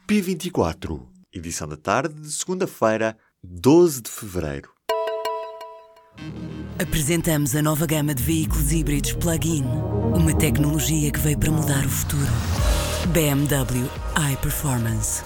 P24, edição da tarde de segunda-feira, 12 de fevereiro. Apresentamos a nova gama de veículos híbridos plug-in. Uma tecnologia que veio para mudar o futuro. BMW iPerformance.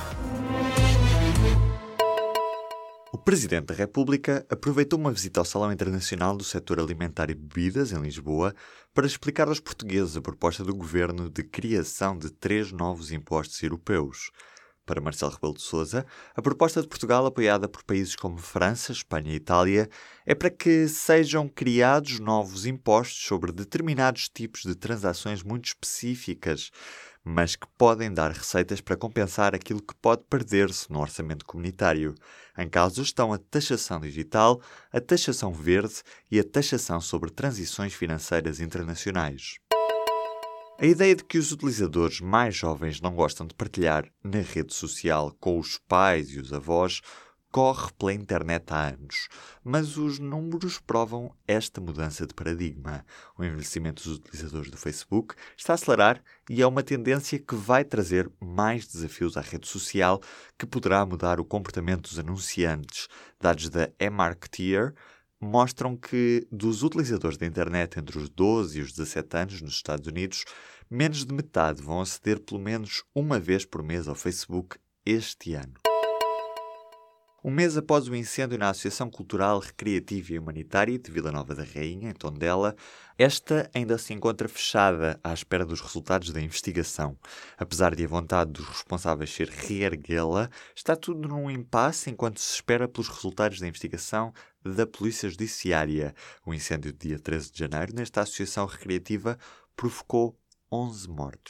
O Presidente da República aproveitou uma visita ao Salão Internacional do Setor Alimentar e Bebidas, em Lisboa, para explicar aos portugueses a proposta do Governo de criação de 3 novos impostos europeus. Para Marcelo Rebelo de Sousa, a proposta de Portugal, apoiada por países como França, Espanha e Itália, é para que sejam criados novos impostos sobre determinados tipos de transações muito específicas, mas que podem dar receitas para compensar aquilo que pode perder-se no orçamento comunitário. Em causa estão a taxação digital, a taxação verde e a taxação sobre transições financeiras internacionais. A ideia de que os utilizadores mais jovens não gostam de partilhar na rede social com os pais e os avós corre pela internet há anos, mas os números provam esta mudança de paradigma. O envelhecimento dos utilizadores do Facebook está a acelerar e é uma tendência que vai trazer mais desafios à rede social, que poderá mudar o comportamento dos anunciantes. Dados da eMarketer mostram que, dos utilizadores da internet entre os 12 e os 17 anos nos Estados Unidos, menos de metade vão aceder pelo menos uma vez por mês ao Facebook este ano. Um mês após o incêndio na Associação Cultural, Recreativa e Humanitária de Vila Nova da Rainha, em Tondela, esta ainda se encontra fechada à espera dos resultados da investigação. Apesar de a vontade dos responsáveis ser reerguê-la, está tudo num impasse enquanto se espera pelos resultados da investigação da Polícia Judiciária. O incêndio de dia 13 de janeiro, nesta associação recreativa, provocou 11 mortos.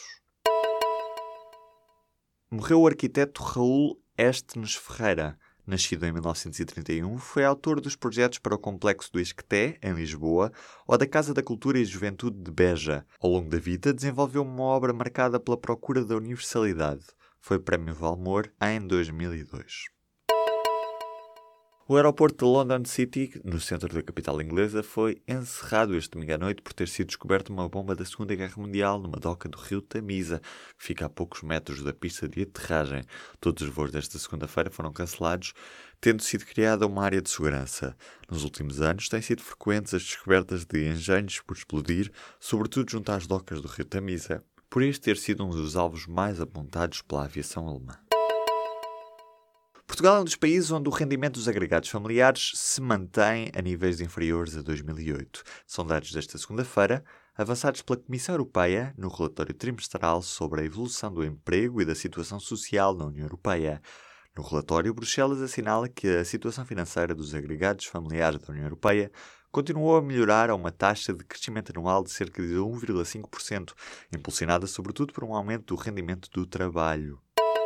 Morreu o arquiteto Raul Estenes Ferreira. Nascido em 1931, foi autor dos projetos para o Complexo do Esqueté, em Lisboa, ou da Casa da Cultura e Juventude de Beja. Ao longo da vida, desenvolveu uma obra marcada pela procura da universalidade. Foi Prémio Valmor em 2002. O aeroporto de London City, no centro da capital inglesa, foi encerrado este domingo à noite por ter sido descoberta uma bomba da Segunda Guerra Mundial numa doca do rio Tamisa, que fica a poucos metros da pista de aterragem. Todos os voos desta segunda-feira foram cancelados, tendo sido criada uma área de segurança. Nos últimos anos, têm sido frequentes as descobertas de engenhos por explodir, sobretudo junto às docas do rio Tamisa, por este ter sido um dos alvos mais apontados pela aviação alemã. Portugal é um dos países onde o rendimento dos agregados familiares se mantém a níveis inferiores a 2008. São dados desta segunda-feira, avançados pela Comissão Europeia no relatório trimestral sobre a evolução do emprego e da situação social na União Europeia. No relatório, Bruxelas assinala que a situação financeira dos agregados familiares da União Europeia continuou a melhorar a uma taxa de crescimento anual de cerca de 1,5%, impulsionada sobretudo por um aumento do rendimento do trabalho.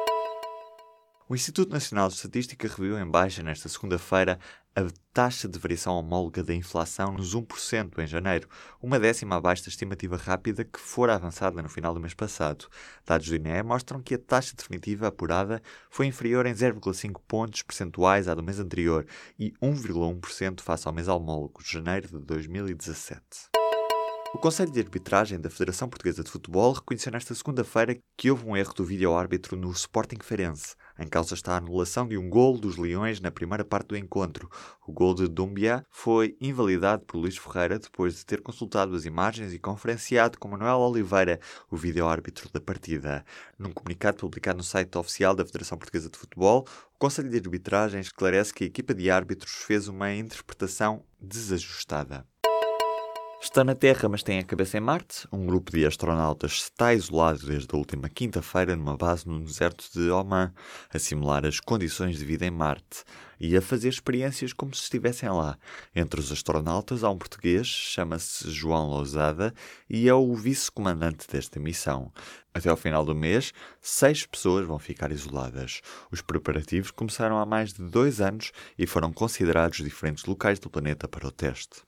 O Instituto Nacional de Estatística reviu em baixa nesta segunda-feira a taxa de variação homóloga da inflação nos 1% em janeiro, uma décima abaixo da estimativa rápida que fora avançada no final do mês passado. Dados do INE mostram que a taxa definitiva apurada foi inferior em 0,5 pontos percentuais à do mês anterior e 1,1% face ao mês homólogo de janeiro de 2017. O Conselho de Arbitragem da Federação Portuguesa de Futebol reconheceu nesta segunda-feira que houve um erro do vídeo-árbitro no Sporting Feirense. Em causa está a anulação de um golo dos Leões na primeira parte do encontro. O golo de Doumbia foi invalidado por Luís Ferreira depois de ter consultado as imagens e conferenciado com Manuel Oliveira, o vídeo-árbitro da partida. Num comunicado publicado no site oficial da Federação Portuguesa de Futebol, o Conselho de Arbitragem esclarece que a equipa de árbitros fez uma interpretação desajustada. Está na Terra, mas tem a cabeça em Marte. Um grupo de astronautas está isolado desde a última quinta-feira numa base no deserto de Oman, a simular as condições de vida em Marte e a fazer experiências como se estivessem lá. Entre os astronautas há um português, chama-se João Lousada e é o vice-comandante desta missão. Até ao final do mês, 6 pessoas vão ficar isoladas. Os preparativos começaram há mais de 2 anos e foram considerados diferentes locais do planeta para o teste.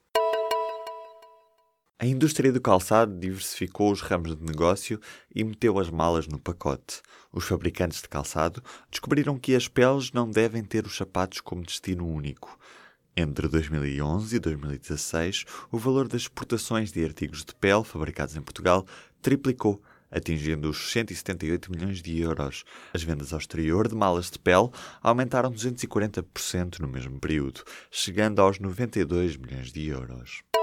A indústria do calçado diversificou os ramos de negócio e meteu as malas no pacote. Os fabricantes de calçado descobriram que as peles não devem ter os sapatos como destino único. Entre 2011 e 2016, o valor das exportações de artigos de pele fabricados em Portugal triplicou, atingindo os 178 milhões de euros. As vendas ao exterior de malas de pele aumentaram 240% no mesmo período, chegando aos 92 milhões de euros.